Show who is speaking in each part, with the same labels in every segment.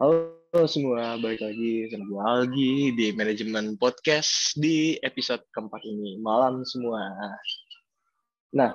Speaker 1: Halo semua, balik lagi sama gue Algi di Manajemen Podcast di episode keempat ini. Malam semua. Nah,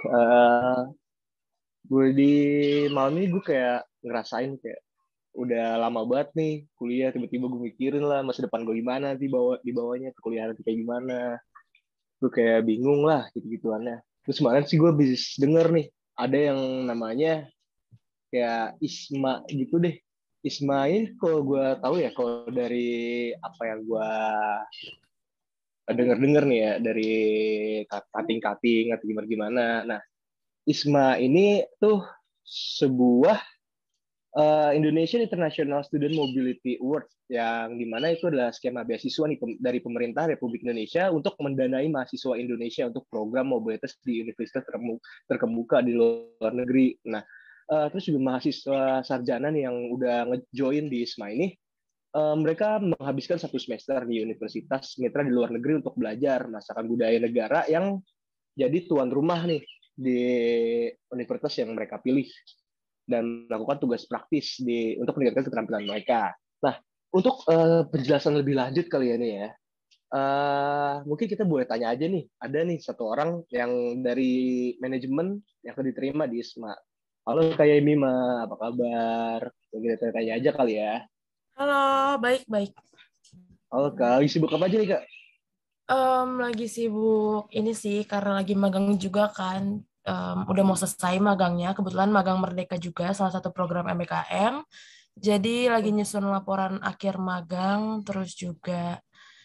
Speaker 1: gue di malam ini gue kayak ngerasain kayak udah lama banget nih kuliah. Tiba-tiba gue mikirin lah masa depan gue gimana di bawahnya ke kuliah nanti kayak gimana. Gue kayak bingung lah gitu-gituannya. Terus kemarin sih gue bisa denger nih ada yang namanya kayak ISMA gitu deh. ISMA ini kalau gue tahu ya, kalau dari apa yang gue denger-denger nih ya, dari kating-kating atau gimana-gimana. Nah, ISMA ini tuh sebuah Indonesian International Student Mobility Award, yang dimana itu adalah skema beasiswa nih dari pemerintah Republik Indonesia untuk mendanai mahasiswa Indonesia untuk program mobilitas di universitas terkemuka di luar negeri. Nah, terus juga mahasiswa sarjana nih yang udah ngejoin di ISMA ini, mereka menghabiskan satu semester di universitas mitra di luar negeri untuk belajar masakan budaya negara yang jadi tuan rumah nih di universitas yang mereka pilih, dan melakukan tugas praktis untuk meningkatkan keterampilan mereka. Nah, untuk penjelasan lebih lanjut kali ya nih ya, mungkin kita boleh tanya aja nih, ada nih satu orang yang dari manajemen yang akan diterima di ISMA. Halo Kak Mima, apa kabar? Mungkin kita tanya aja kali ya.
Speaker 2: Halo, baik-baik.
Speaker 1: Halo Kak, lagi sibuk apa aja nih Kak?
Speaker 2: Lagi sibuk ini sih karena lagi magang juga kan. Udah mau selesai magangnya. Kebetulan magang Merdeka juga, salah satu program MBKM. Jadi lagi nyusun laporan akhir magang, terus juga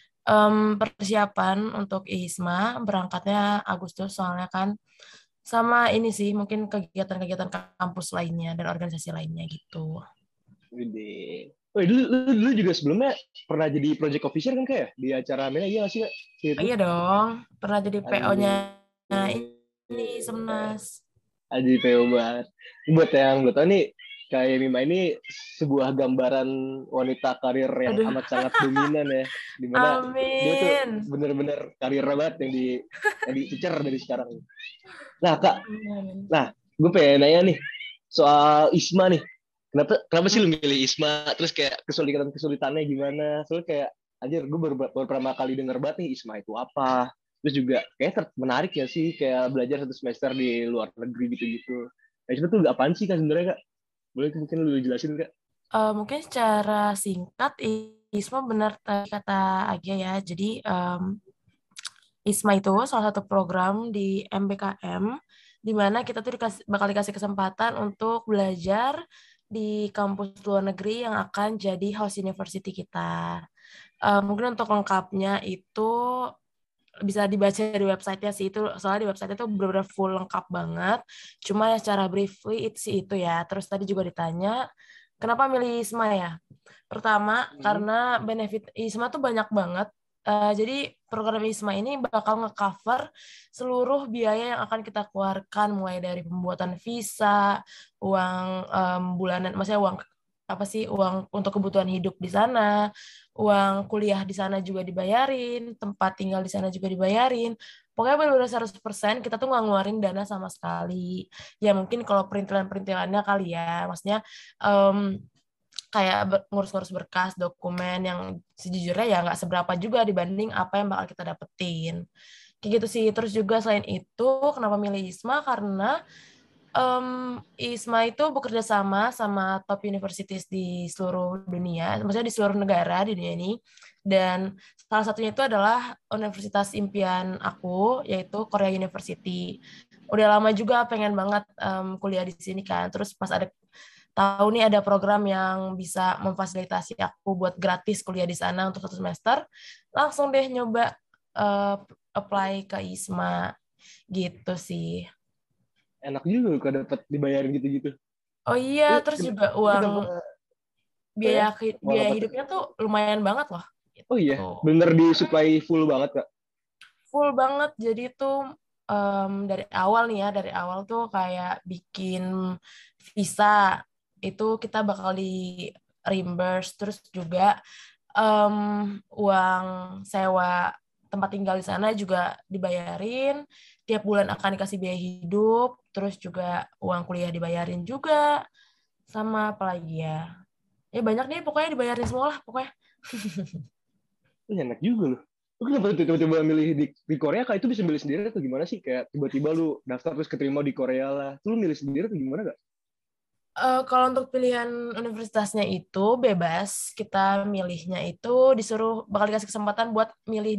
Speaker 2: persiapan untuk ISMA, berangkatnya Agustus soalnya kan. Sama ini sih, mungkin kegiatan-kegiatan kampus lainnya dan organisasi lainnya gitu.
Speaker 1: Gede. Oh, dulu juga sebelumnya pernah jadi project officer kan kayak di acara mana, iya nggak sih Kak?
Speaker 2: Oh,
Speaker 1: Itu.
Speaker 2: iya dong, pernah jadi PO-nya ini
Speaker 1: Anjir.
Speaker 2: Semnas.
Speaker 1: Aji PO banget. Buat yang gue tau nih, kayak Mima ini sebuah gambaran wanita karir yang
Speaker 2: Aduh,
Speaker 1: amat sangat dominan ya. Dimana dia tuh
Speaker 2: amin.
Speaker 1: bener-bener karir banget yang diincar dari sekarang. Nah Kak,
Speaker 2: Amin.
Speaker 1: nah gue pengen nanya nih soal ISMA nih. Kenapa sih
Speaker 2: Hmm.
Speaker 1: lu milih ISMA? Terus kayak kesulitannya gimana? Soalnya kayak anjir, gue baru pertama kali denger banget nih ISMA itu apa. Terus juga kayak menarik ya sih kayak belajar satu semester di luar negeri gitu-gitu. Nah, ISMA tuh apaan sih Kak sebenarnya Kak? Boleh mungkin lu jelasin Kak?
Speaker 2: Mungkin secara singkat, ISMA benar tadi kata Agia ya. Jadi ISMA itu salah satu program di MBKM di mana kita tuh bakal dikasih kesempatan untuk belajar di kampus luar negeri yang akan jadi host university kita. Mungkin untuk lengkapnya itu bisa dibaca di websitenya sih, itu soalnya di website itu benar-benar full lengkap banget. Cuma ya secara briefly itu ya. Terus tadi juga ditanya kenapa milih ISMA ya. Pertama
Speaker 1: Hmm.
Speaker 2: karena benefit ISMA tuh banyak banget. Jadi program ISMA ini bakal ngecover seluruh biaya yang akan kita keluarkan, mulai dari pembuatan visa, uang bulanan, maksudnya uang apa sih, uang untuk kebutuhan hidup di sana, uang kuliah di sana juga dibayarin, tempat tinggal di sana juga dibayarin. Pokoknya benar-benar 100% kita tuh nggak ngeluarin dana sama sekali. Ya mungkin kalau perintilan-perintilannya kali ya, maksudnya em, kayak ngurus-ngurus berkas, dokumen yang sejujurnya ya nggak seberapa juga dibanding apa yang bakal kita dapetin. Kayak gitu sih. Terus juga selain itu, kenapa milih ISMA? Karena ISMA itu bekerja sama top universities di seluruh dunia, maksudnya di seluruh negara di dunia ini. Dan salah satunya itu adalah universitas impian aku, yaitu Korea University. Udah lama juga pengen banget kuliah di sini kan. Terus pas ada tahu nih ada program yang bisa memfasilitasi aku buat gratis kuliah di sana untuk 1 semester, langsung deh nyoba eh, apply ke ISMA gitu sih.
Speaker 1: Enak juga kalau dapat dibayarin gitu-gitu.
Speaker 2: Oh iya,
Speaker 1: Lu
Speaker 2: terus juga uang
Speaker 1: kenapa? Oh
Speaker 2: biaya
Speaker 1: ya? Uang
Speaker 2: biaya
Speaker 1: apa tuh?
Speaker 2: hidupnya tuh lumayan banget loh.
Speaker 1: Oh
Speaker 2: Gitu.
Speaker 1: iya, bener
Speaker 2: Mm,
Speaker 1: disuplai full banget Kak.
Speaker 2: full banget. Jadi tuh dari awal nih ya, dari awal tuh kayak bikin visa itu kita bakal di reimburse, terus juga em, uang sewa tempat tinggal di sana juga dibayarin. Tiap bulan akan dikasih biaya hidup, terus juga uang kuliah dibayarin juga, sama apa lagi ya? Ya banyak deh pokoknya dibayarin semua lah pokoknya.
Speaker 1: Enak juga loh. Lu kenapa tiba-tiba milih di Korea? Kak, itu bisa milih sendiri atau gimana sih? Kayak tiba-tiba lu daftar terus keterima di Korea lah. Lu milih sendiri atau gimana gak?
Speaker 2: Kalau untuk pilihan universitasnya itu bebas, kita milihnya itu bakal dikasih kesempatan buat milih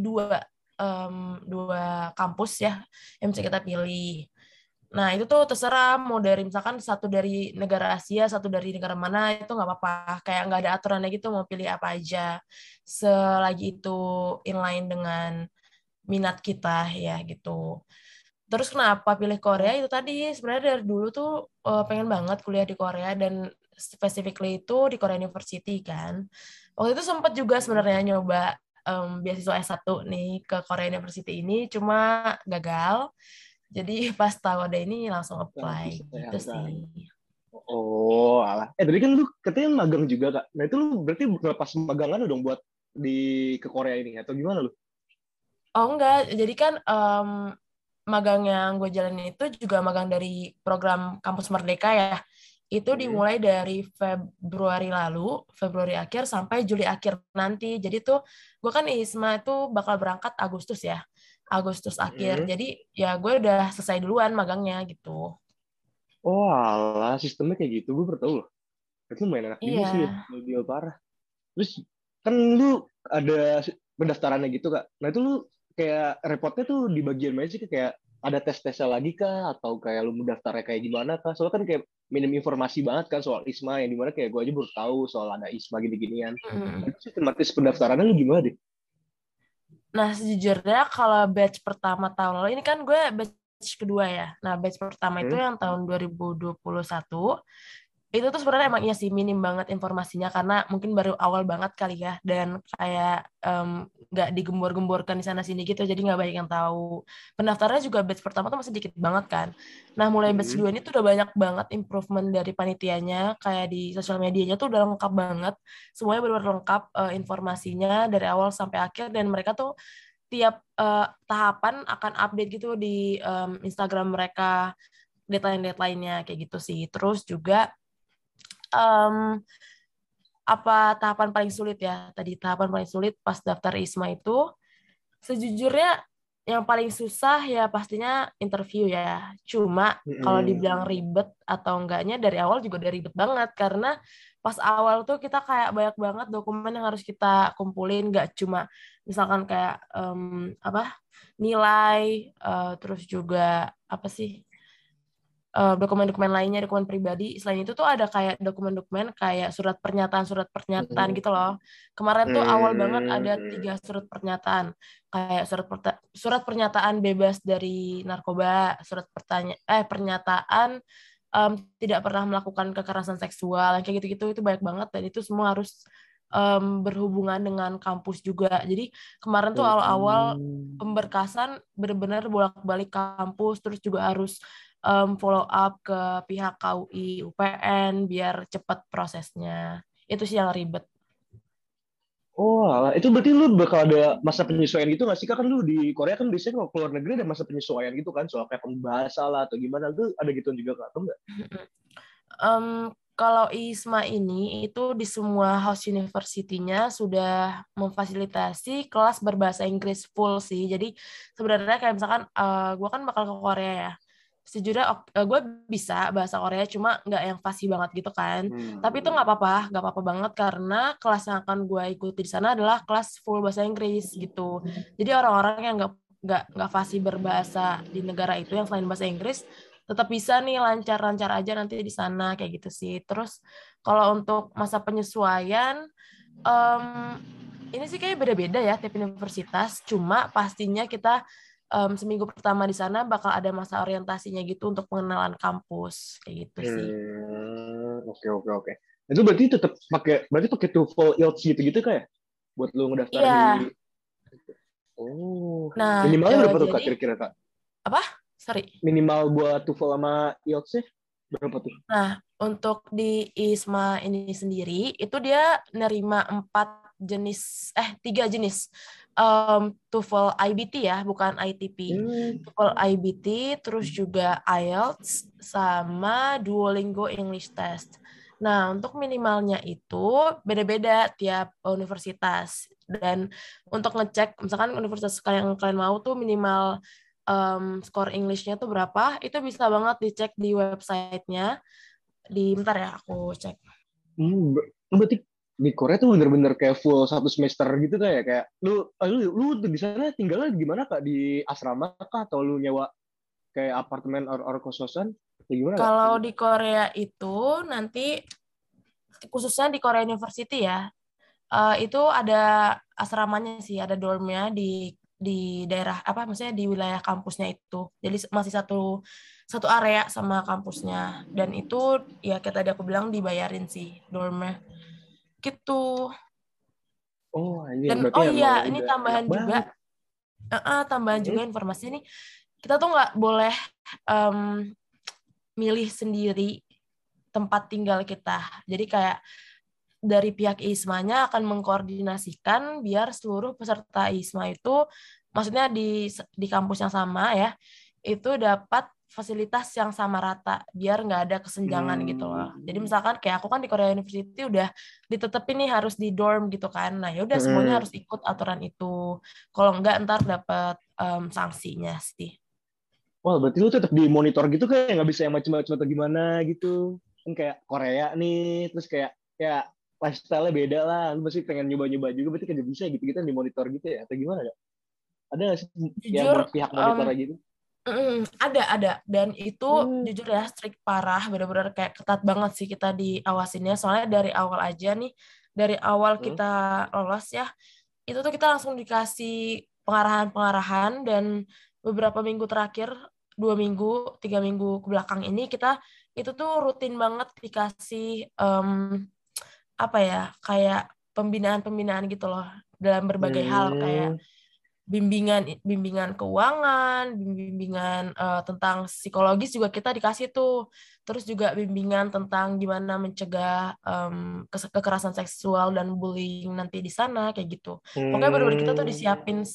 Speaker 2: dua kampus ya yang bisa kita pilih. Nah itu tuh terserah mau dari misalkan satu dari negara Asia, satu dari negara mana itu nggak apa-apa. Kayak nggak ada aturannya gitu mau pilih apa aja selagi itu inline dengan minat kita ya gitu. Terus kenapa pilih Korea itu tadi sebenarnya dari dulu tuh pengen banget kuliah di Korea dan specifically itu di Korea University kan. Waktu itu sempat juga sebenarnya nyoba beasiswa S1 nih ke Korea University ini cuma gagal. Jadi pas tahu ada ini langsung
Speaker 1: Tapi
Speaker 2: apply gitu
Speaker 1: sayangkan.
Speaker 2: sih.
Speaker 1: Oh, alah. Tadi kan lu katanya magang juga, Kak. Nah, itu lu berarti ngelepas magangan lu dong buat ke Korea ini atau gimana lu?
Speaker 2: Oh enggak, jadi kan magang yang gue jalanin itu juga magang dari program Kampus Merdeka ya. Itu
Speaker 1: Hmm.
Speaker 2: dimulai dari Februari lalu, Februari akhir sampai Juli akhir nanti. Jadi tuh gue kan ISMA itu bakal berangkat Agustus ya. Agustus akhir.
Speaker 1: Hmm.
Speaker 2: Jadi ya gue udah selesai duluan magangnya gitu.
Speaker 1: Oh, alah. Sistemnya kayak gitu. Gue baru tahu loh. Itu lumayan enak juga
Speaker 2: Iya.
Speaker 1: sih. Deal parah. Terus kan lu ada pendaftarannya gitu, Kak. Nah, itu lu kayak repotnya tuh di bagian mana sih? Kayak ada tes-tesnya lagi kah? Atau kayak lu mendaftarnya kayak gimana kah? Soalnya kan kayak minim informasi banget kan soal ISMA, yang dimana kayak gue aja baru tahu soal ada ISMA gini-ginian.
Speaker 2: Mm.
Speaker 1: Nah, itu sistematis pendaftarannya lu gimana deh?
Speaker 2: Nah, sejujurnya kalau batch pertama tahun lalu, ini kan gue batch kedua ya. Nah, batch pertama itu
Speaker 1: Hmm?
Speaker 2: yang tahun 2021, itu tuh sebenarnya emang iya sih minim banget informasinya karena mungkin baru awal banget kali ya dan kayak nggak digembor-gemborkan di sana sini gitu jadi nggak banyak yang tahu. Pendaftarnya juga batch pertama tuh masih dikit banget kan. Nah mulai batch
Speaker 1: Hmm.
Speaker 2: kedua ini tuh udah banyak banget improvement dari panitianya kayak di sosial medianya tuh udah lengkap banget semuanya benar-benar lengkap informasinya dari awal sampai akhir dan mereka tuh tiap tahapan akan update gitu di Instagram mereka deadline-deadline-nya kayak gitu sih. Terus juga em, apa tahapan paling sulit ya? Tadi tahapan paling sulit pas daftar ISMA itu, sejujurnya yang paling susah ya pastinya interview ya. Cuma kalau
Speaker 1: Hmm.
Speaker 2: dibilang ribet atau enggaknya dari awal juga udah ribet banget karena pas awal tuh kita kayak banyak banget dokumen yang harus kita kumpulin, nggak cuma misalkan kayak apa nilai, terus juga apa sih dokumen-dokumen lainnya, dokumen pribadi. Selain itu tuh ada kayak dokumen-dokumen kayak surat pernyataan gitu loh. Kemarin tuh awal banget ada
Speaker 1: Hmm.
Speaker 2: 3 surat pernyataan, kayak surat pernyataan bebas dari narkoba, pernyataan tidak pernah melakukan kekerasan seksual, kayak gitu-gitu itu banyak banget dan itu semua harus berhubungan dengan kampus juga. Jadi kemarin tuh awal-awal
Speaker 1: Hmm.
Speaker 2: pemberkasan benar-benar bolak-balik kampus, terus juga harus follow up ke pihak KUI UPN biar cepat prosesnya. Itu sih yang ribet.
Speaker 1: Oh, alah. Itu berarti lu bakal ada masa penyesuaian gitu nggak sih? Kak? Kan lu di Korea kan biasanya kalau keluar negeri ada masa penyesuaian gitu kan, soal kayak bahasa lah atau gimana. Itu ada gituan juga Kak, atau enggak?
Speaker 2: Kalau ISMA ini itu di semua house university-nya sudah memfasilitasi kelas berbahasa Inggris full sih. Jadi sebenarnya kayak misalkan gue kan bakal ke Korea ya. Sejujurnya gue bisa bahasa Korea cuma nggak yang fasih banget gitu kan. Tapi itu nggak apa-apa banget karena kelas yang akan gue ikuti di sana adalah kelas full bahasa Inggris gitu. Jadi orang-orang yang nggak fasih berbahasa di negara itu yang selain bahasa Inggris tetap bisa nih lancar-lancar aja nanti di sana kayak gitu sih. Terus kalau untuk masa penyesuaian em, ini sih kayak beda-beda ya tiap universitas. Cuma pastinya kita seminggu pertama di sana bakal ada masa orientasinya gitu untuk pengenalan kampus kayak gitu sih.
Speaker 1: Oke oke oke. Itu berarti pakai TOEFL IELTS gitu-gitu kayak buat lu ngedaftar
Speaker 2: Iya.
Speaker 1: di. Oh,
Speaker 2: Nah,
Speaker 1: minimalnya berapa tuh Kak
Speaker 2: jadi
Speaker 1: kira-kira Kak?
Speaker 2: apa? Sorry.
Speaker 1: Minimal buat TOEFL sama IELTS-nya berapa tuh?
Speaker 2: Nah, untuk di ISMA ini sendiri, itu dia nerima 3 jenis TOEFL IBT ya, bukan ITP.
Speaker 1: Hmm.
Speaker 2: TOEFL IBT, terus juga IELTS, sama Duolingo English Test. Nah, untuk minimalnya itu beda-beda tiap universitas. Dan untuk ngecek, misalkan universitas yang kalian mau tuh minimal skor English-nya tuh berapa, itu bisa banget dicek di website-nya. Bentar ya, aku cek.
Speaker 1: Berarti di Korea tuh bener-bener kayak full 1 semester gitu kayak lu tuh di sana tinggalnya gimana Kak, di asrama kah atau lu nyewa kayak apartemen or kos-kosan ya gimana Kak?
Speaker 2: Kalau di Korea itu nanti, khususnya di Korea University ya, itu ada asramanya sih, ada dormnya di daerah apa, maksudnya di wilayah kampusnya itu. Jadi masih satu satu area sama kampusnya. Dan itu ya kayak tadi aku bilang dibayarin sih dormnya. Gitu.
Speaker 1: Oh anjir,
Speaker 2: Dan
Speaker 1: berarti
Speaker 2: oh
Speaker 1: emang
Speaker 2: iya, ini
Speaker 1: udah enak
Speaker 2: tambahan
Speaker 1: banget.
Speaker 2: juga. Tambahan
Speaker 1: Hmm?
Speaker 2: juga informasi ini, kita tuh nggak boleh em, milih sendiri tempat tinggal kita. Jadi kayak dari pihak ISMA-nya akan mengkoordinasikan biar seluruh peserta ISMA itu, maksudnya di kampus yang sama ya, itu dapat fasilitas yang sama rata, biar nggak ada kesenjangan gitu loh. Jadi
Speaker 1: Hmm.
Speaker 2: misalkan kayak aku kan di Korea University udah ditetepin nih harus di dorm gitu kan. Nah ya udah semuanya
Speaker 1: Hmm.
Speaker 2: harus ikut aturan itu. Kalau nggak ntar dapat sanksinya sih.
Speaker 1: Wah, berarti lu tetap dimonitor gitu kayak nggak bisa yang macam-macam atau gimana gitu. Kan kayak Korea nih, terus kayak lifestyle-nya beda lah. Lu masih pengen nyoba-nyoba juga, berarti kan bisa gitu-gitu kan dimonitor gitu ya, atau gimana ya? Ada nggak sih yang
Speaker 2: Jujur,
Speaker 1: pihak monitor gitu?
Speaker 2: ada dan itu
Speaker 1: Hmm.
Speaker 2: jujur ya strict parah, benar-benar kayak ketat banget sih kita diawasinnya. Soalnya dari awal aja nih, dari awal
Speaker 1: Hmm.
Speaker 2: kita lolos ya, itu tuh kita langsung dikasih pengarahan-pengarahan. Dan beberapa minggu terakhir, 2 minggu, 3 minggu ke belakang ini, kita itu tuh rutin banget dikasih apa ya, kayak pembinaan-pembinaan gitu loh dalam berbagai hal, kayak
Speaker 1: Hmm.
Speaker 2: bimbingan bimbingan keuangan, bimbingan tentang psikologis juga kita dikasih tuh. Terus juga bimbingan tentang gimana mencegah kekerasan seksual dan bullying nanti di sana kayak gitu. Pokoknya benar-benar kita tuh
Speaker 1: Hmm.
Speaker 2: disiapin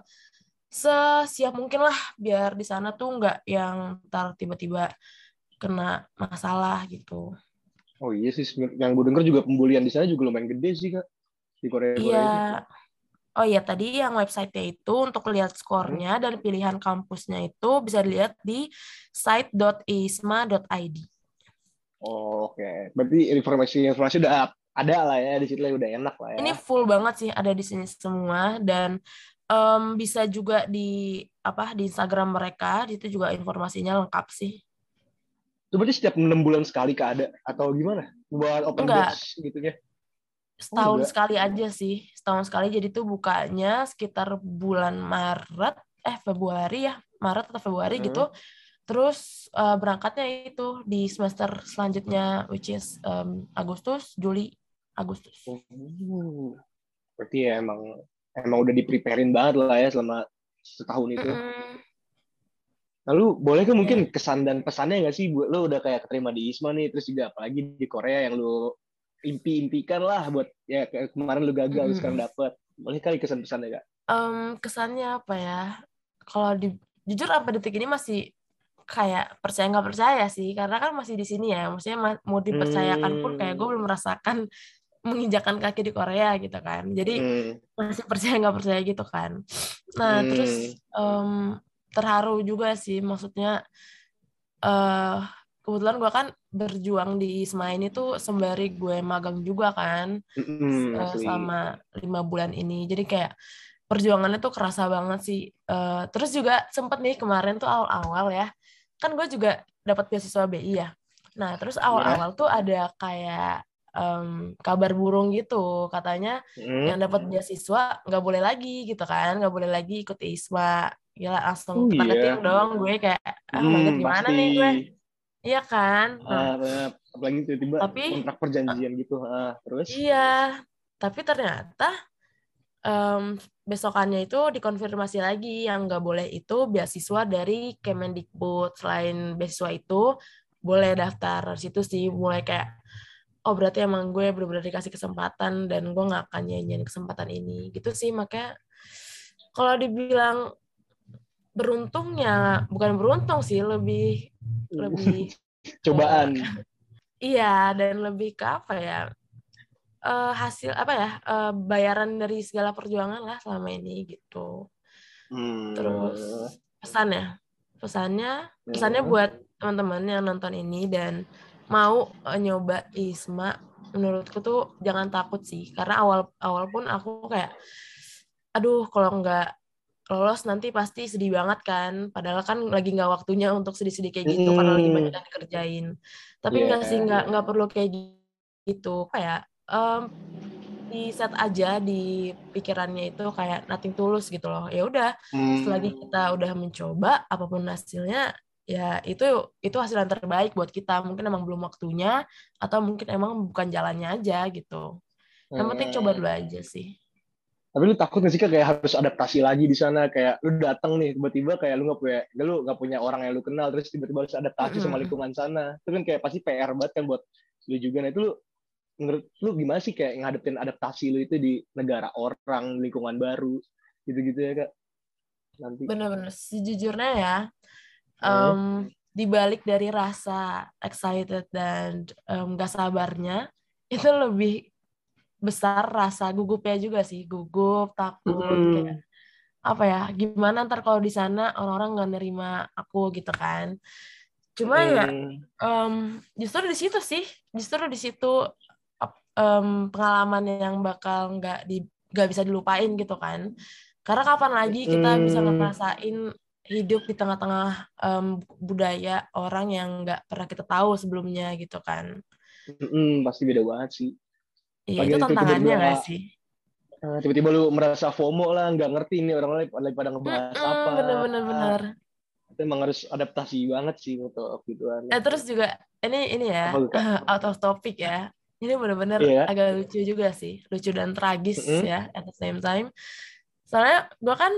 Speaker 2: sesiap mungkin lah biar di sana tuh nggak yang ntar tiba-tiba kena masalah gitu.
Speaker 1: Oh iya sih, yang gue denger juga pembulian di sana juga lumayan gede sih Kak, di
Speaker 2: Iya.
Speaker 1: Korea-Korea itu.
Speaker 2: Oh iya, tadi yang website-nya itu untuk lihat
Speaker 1: Hmm.
Speaker 2: skornya dan pilihan kampusnya itu bisa dilihat di site.isma.id.
Speaker 1: Oh, oke. Berarti informasi udah ada lah ya di situ lah, udah enak lah ya.
Speaker 2: Ini full banget sih, ada di sini semua. Dan bisa juga di Instagram mereka, di itu juga informasinya lengkap sih.
Speaker 1: Itu berarti setiap 6 bulan sekali Kak ada atau gimana? Buat open
Speaker 2: Enggak,
Speaker 1: batch gitu ya? Oh
Speaker 2: setahun
Speaker 1: enggak.
Speaker 2: sekali aja sih. Setahun sekali, jadi tuh bukanya sekitar bulan Februari ya, Maret atau Februari gitu.
Speaker 1: Hmm.
Speaker 2: Terus berangkatnya itu di semester selanjutnya, which is Agustus, Juli, Agustus.
Speaker 1: Oh, berarti ya emang udah di-preparein banget lah ya selama setahun itu.
Speaker 2: Mm-mm.
Speaker 1: Lalu boleh kan mungkin
Speaker 2: Ya.
Speaker 1: kesan dan pesannya nggak sih buat lo udah kayak keterima di ISMA nih, terus juga apalagi di Korea yang lo impikan lah buat ya kayak kemarin lo gagal, lo sekarang
Speaker 2: Mm-mm.
Speaker 1: dapet. Boleh kali kesan pesannya Kak?
Speaker 2: Kesannya apa ya? Kalau jujur sampai detik ini masih kayak percaya nggak percaya sih, karena kan masih di sini ya. Maksudnya mau dipercayakan pun kayak gue
Speaker 1: Hmm.
Speaker 2: belum merasakan menginjakan kaki di Korea gitu kan. Jadi
Speaker 1: Hmm.
Speaker 2: masih percaya nggak percaya gitu kan. Nah, terus
Speaker 1: Hmm.
Speaker 2: terharu juga sih, maksudnya eh kebetulan gue kan berjuang di ISMA ini tuh sembari gue magang juga kan,
Speaker 1: Asli.
Speaker 2: selama 5 bulan ini. Jadi kayak perjuangannya tuh kerasa banget sih. Terus juga sempet nih kemarin tuh awal-awal ya, kan gue juga dapat beasiswa BI ya. Nah, terus awal-awal
Speaker 1: Ya.
Speaker 2: tuh ada kayak kabar burung gitu, katanya
Speaker 1: Hmm.
Speaker 2: yang dapat beasiswa nggak boleh lagi gitu kan, nggak boleh lagi ikut ISMA. Gila, langsung
Speaker 1: Oh
Speaker 2: ketar-ketir
Speaker 1: iya.
Speaker 2: dong gue kayak, oh my God, gimana
Speaker 1: Pasti.
Speaker 2: nih gue? Iya kan? Nah,
Speaker 1: Apalagi tiba-tiba
Speaker 2: tapi
Speaker 1: kontrak perjanjian gitu. Terus?
Speaker 2: iya, tapi ternyata besokannya itu dikonfirmasi lagi yang nggak boleh itu beasiswa dari Kemendikbud. Selain beasiswa itu, boleh daftar situ sih. Mulai kayak, oh berarti emang gue benar-benar dikasih kesempatan dan gue nggak akan nyanyiin kesempatan ini. Gitu sih, makanya kalau dibilang beruntung ya bukan beruntung sih, lebih lebih ke
Speaker 1: Cobaan.
Speaker 2: Iya, dan lebih ke apa ya? Hasil apa ya? Bayaran dari segala perjuangan lah selama ini gitu. Terus
Speaker 1: Hmm.
Speaker 2: pesannya, pesannya, pesannya
Speaker 1: Hmm.
Speaker 2: buat teman-teman yang nonton ini dan mau nyoba ISMA, menurutku tuh jangan takut sih, karena awal pun aku kayak, aduh kalau nggak lolos nanti pasti sedih banget kan, padahal kan lagi nggak waktunya untuk sedih-sedih kayak gitu karena lagi banyak
Speaker 1: Hmm.
Speaker 2: yang dikerjain. Tapi
Speaker 1: Iya.
Speaker 2: nggak sih, nggak perlu kayak gitu, kayak di set aja di pikirannya itu kayak nothing tulus gitu loh. Ya udah, selagi
Speaker 1: Hmm.
Speaker 2: kita udah mencoba apapun hasilnya, ya itu hasil yang terbaik buat kita. Mungkin emang belum waktunya atau mungkin emang bukan jalannya aja gitu. Yang penting coba
Speaker 1: Hmm.
Speaker 2: dulu aja sih.
Speaker 1: Tapi lu takut nggak sih Kak, kayak harus adaptasi lagi di sana, kayak lu datang nih tiba-tiba kayak lu nggak punya orang yang lu kenal, terus tiba-tiba harus adaptasi sama
Speaker 2: Mm-mm.
Speaker 1: lingkungan sana. Itu kan kayak pasti PR banget kan buat lu juga. Nah itu lu menurut lu gimana sih kayak ngadepin adaptasi lu itu di negara orang, lingkungan baru, gitu-gitu ya Kak nanti.
Speaker 2: Bener-bener sejujurnya ya,
Speaker 1: Hmm.
Speaker 2: di balik dari rasa excited dan gak sabarnya, itu lebih besar rasa gugupnya juga sih, gugup, takut, kayak
Speaker 1: Hmm.
Speaker 2: apa ya, gimana ntar kalau di sana orang-orang nggak nerima aku gitu kan. Cuma ya
Speaker 1: Hmm.
Speaker 2: justru di situ sih, justru di situ pengalaman yang bakal nggak bisa dilupain gitu kan. Karena kapan lagi kita bisa
Speaker 1: Hmm.
Speaker 2: ngerasain hidup di tengah-tengah budaya orang yang nggak pernah kita tahu sebelumnya gitu kan.
Speaker 1: Hmm. Pasti beda banget sih.
Speaker 2: Iya,
Speaker 1: Lagi
Speaker 2: itu
Speaker 1: itu
Speaker 2: tantangannya
Speaker 1: tiba-tiba
Speaker 2: nggak sih?
Speaker 1: tiba-tiba lu merasa FOMO lah, nggak ngerti ini orang lain lagi pada ngebahas apa.
Speaker 2: Bener-bener bener.
Speaker 1: Itu emang harus adaptasi banget sih untuk gituan.
Speaker 2: Terus juga ini ya,
Speaker 1: Apa tuh Kak?
Speaker 2: out of topic ya. Ini bener-bener
Speaker 1: Iya.
Speaker 2: agak lucu juga sih, lucu dan tragis
Speaker 1: Mm-mm.
Speaker 2: ya at the same time. Soalnya gue kan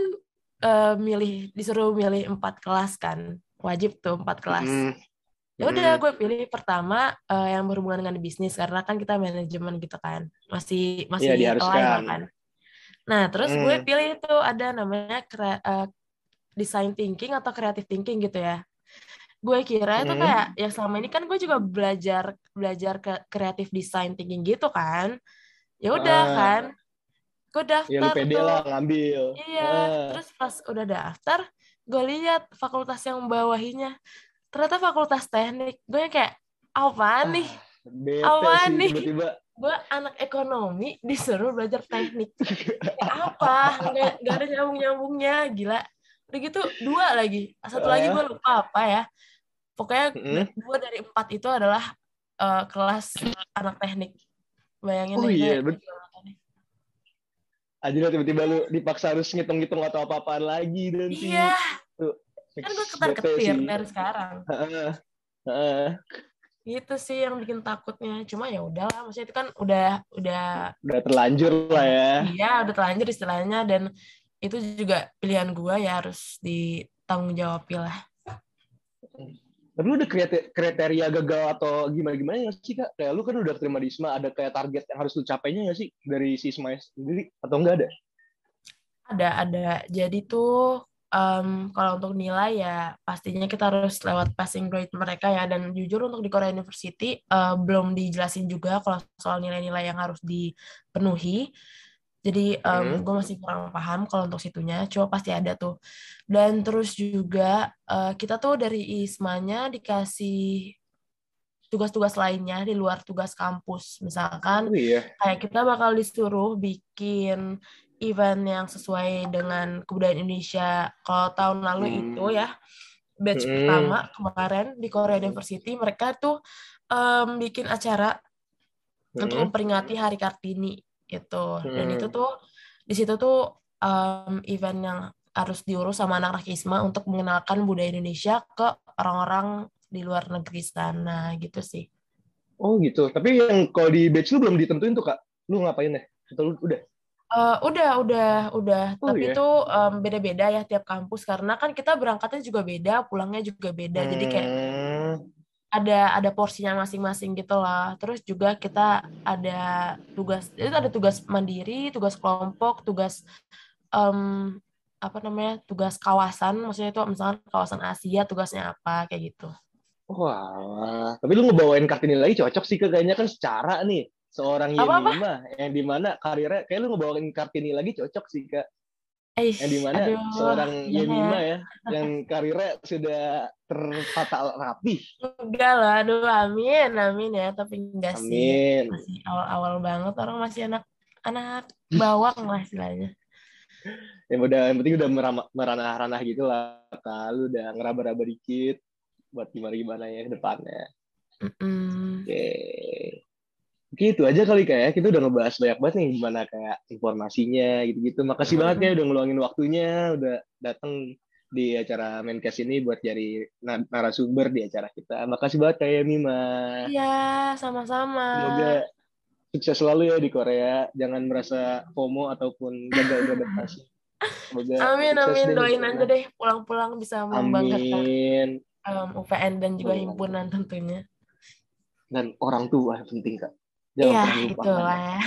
Speaker 2: disuruh milih 4 kelas kan, wajib tuh 4 kelas.
Speaker 1: Mm-mm.
Speaker 2: Ya udah
Speaker 1: Mm-mm.
Speaker 2: gue pilih pertama yang berhubungan dengan bisnis karena kan kita manajemen gitu kan, masih
Speaker 1: Iya
Speaker 2: masih align lah
Speaker 1: diharuskan.
Speaker 2: kan. Nah terus gue
Speaker 1: Mm.
Speaker 2: pilih itu ada namanya design thinking atau creative thinking gitu ya. Gue kira itu kayak
Speaker 1: Mm.
Speaker 2: yang selama ini kan gue juga belajar belajar ke creative design thinking gitu kan. Ya udah
Speaker 1: Ah,
Speaker 2: kan, gue
Speaker 1: ya lu
Speaker 2: daftar
Speaker 1: pede
Speaker 2: tuh.
Speaker 1: lah ngambil.
Speaker 2: Iya,
Speaker 1: Ah,
Speaker 2: terus pas udah daftar, gue lihat fakultas yang bawahinya. Ternyata fakultas teknik. Gue yang kayak, apaan nih?
Speaker 1: ah, bete
Speaker 2: Apaan
Speaker 1: sih
Speaker 2: nih?
Speaker 1: tiba-tiba.
Speaker 2: Gue anak ekonomi disuruh belajar teknik. Kayak apa? Nggak ada nyambung-nyambungnya. Gila. Udah gitu, 2 lagi. Satu lagi gue
Speaker 1: Ah,
Speaker 2: lupa apa ya. Pokoknya
Speaker 1: mm.
Speaker 2: 2 dari 4 itu adalah kelas anak teknik. Bayangin
Speaker 1: Oh
Speaker 2: deh, itu
Speaker 1: iya,
Speaker 2: gimana nih.
Speaker 1: aja tiba-tiba lu
Speaker 2: Iya.
Speaker 1: dipaksa harus ngitung-ngitung atau apa-apaan lagi nanti.
Speaker 2: Iya,
Speaker 1: Tuh,
Speaker 2: kan gue
Speaker 1: bete
Speaker 2: ketar-ketir
Speaker 1: sih.
Speaker 2: dari sekarang.
Speaker 1: Ah, ah.
Speaker 2: Itu sih yang bikin takutnya. Cuma ya udahlah, maksudnya itu kan udah
Speaker 1: Udah terlanjur
Speaker 2: apa
Speaker 1: lah
Speaker 2: ya?
Speaker 1: ya.
Speaker 2: Iya, udah terlanjur istilahnya dan itu juga pilihan gua ya harus ditanggung jawab lah.
Speaker 1: Tapi lu ada kriteria gagal atau gimana-gimana nggak sih Kak? Kayak lu kan udah terima di ISMA, ada kayak target yang harus lu capainya nggak sih dari si ISMA sendiri? Atau enggak ada?
Speaker 2: Ada. Jadi tuh kalau untuk nilai ya pastinya kita harus lewat passing grade mereka ya dan jujur untuk di Korea University belum dijelasin juga kalau soal nilai-nilai yang harus dipenuhi. Jadi
Speaker 1: Hmm.
Speaker 2: gue masih kurang paham kalau untuk situnya, cuma pasti ada tuh. Dan terus juga kita tuh dari ISMA-nya dikasih tugas-tugas lainnya di luar tugas kampus. Misalkan
Speaker 1: Oh iya.
Speaker 2: kayak kita bakal disuruh bikin event yang sesuai dengan kebudayaan Indonesia. Kalau tahun lalu itu
Speaker 1: Hmm.
Speaker 2: ya, batch
Speaker 1: Hmm.
Speaker 2: pertama kemarin di Korea University, mereka tuh bikin acara untuk
Speaker 1: Hmm.
Speaker 2: memperingati Hari Kartini gitu. Dan itu
Speaker 1: Hmm.
Speaker 2: tuh di situ tuh event yang harus diurus sama anak-anak ISMA untuk mengenalkan budaya Indonesia ke orang-orang di luar negeri sana gitu sih.
Speaker 1: Oh gitu. Tapi yang kalau di batch lu belum ditentuin tuh Kak. Lu ngapain deh? Atau lu udah?
Speaker 2: Udah.
Speaker 1: Oh
Speaker 2: Tapi itu
Speaker 1: iya.
Speaker 2: beda-beda ya tiap kampus karena kan kita berangkatnya juga beda, pulangnya juga beda. Jadi kayak
Speaker 1: Hmm.
Speaker 2: ada porsinya masing-masing gitu lah. Terus juga kita ada itu ada tugas mandiri, tugas kelompok, tugas em, apa namanya, tugas kawasan. Maksudnya itu misalnya kawasan Asia tugasnya apa kayak gitu.
Speaker 1: Wah, tapi lu ngebawain Kartini lagi cocok sih kayaknya kan secara nih seorang
Speaker 2: Apa-apa?
Speaker 1: Yemima yang dimana karirnya kayak lu ngebawain Kartini lagi cocok sih Kak. Yang dimana
Speaker 2: Aduh,
Speaker 1: seorang
Speaker 2: gimana ya?
Speaker 1: Yemima ya yang karirnya sudah tertata rapi.
Speaker 2: Enggak lah, aduh amin, amin ya. Tapi enggak sih,
Speaker 1: Amin.
Speaker 2: masih awal-awal banget. Orang masih anak bawang lah istilahnya.
Speaker 1: Yang penting udah meranah-ranah gitu lah. Kalau udah ngeraba-raba dikit buat gimana ya ke depannya.
Speaker 2: Mm-mm.
Speaker 1: Oke. Oke, itu aja kali kayak kita udah ngebahas banyak banget nih gimana kayak informasinya gitu-gitu. Makasih banget ya
Speaker 2: Mm-mm.
Speaker 1: udah ngeluangin waktunya, udah datang di acara Menkes ini buat jadi narasumber di acara kita. Makasih banget kayak Mima.
Speaker 2: Iya, sama-sama.
Speaker 1: Semoga sukses selalu ya di Korea. Jangan merasa FOMO ataupun gagal beradaptasi. Semoga
Speaker 2: Amin,
Speaker 1: sukses
Speaker 2: amin.
Speaker 1: deh di
Speaker 2: Doain aja
Speaker 1: sana.
Speaker 2: deh pulang-pulang bisa membanggakan
Speaker 1: Amin.
Speaker 2: UPN dan juga
Speaker 1: Amin.
Speaker 2: himpunan tentunya.
Speaker 1: Dan orang tua yang penting, Kak. Jangan
Speaker 2: Iya,
Speaker 1: pernah lupakan.
Speaker 2: itulah ya.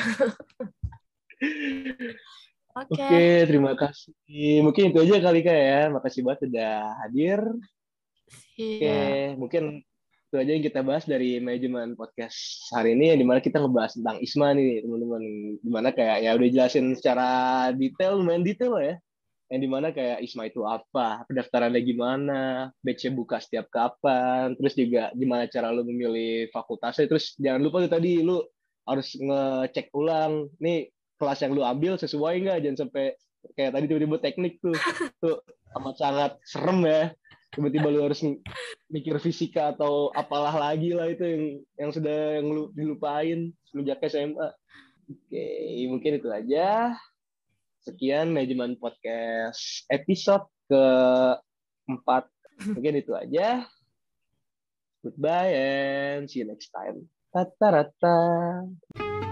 Speaker 2: Oke,
Speaker 1: Oke, terima kasih. Mungkin itu aja kali Kak ya. Makasih banget udah hadir. Oke,
Speaker 2: siap.
Speaker 1: mungkin itu aja yang kita bahas dari manajemen podcast hari ini, yang dimana kita ngebahas tentang ISMA nih, teman-teman. Dimana kayak ya udah jelasin secara detail, lumayan detail lah ya. Yang dimana kayak ISMA itu apa, pendaftarannya gimana, batch-nya buka setiap kapan, terus juga gimana cara lu memilih fakultasnya, terus jangan lupa tuh tadi lu harus ngecek ulang, nih kelas yang lu ambil sesuai nggak, jangan sampai kayak tadi tiba-tiba teknik tuh amat sangat serem ya, tiba-tiba lu harus mikir fisika atau apalah lagi lah itu yang sudah yang lu dilupain semenjak SMA. Oke, mungkin itu aja. Sekian manajemen podcast episode keempat. Mungkin itu aja. Goodbye and see you next time. Tata rata.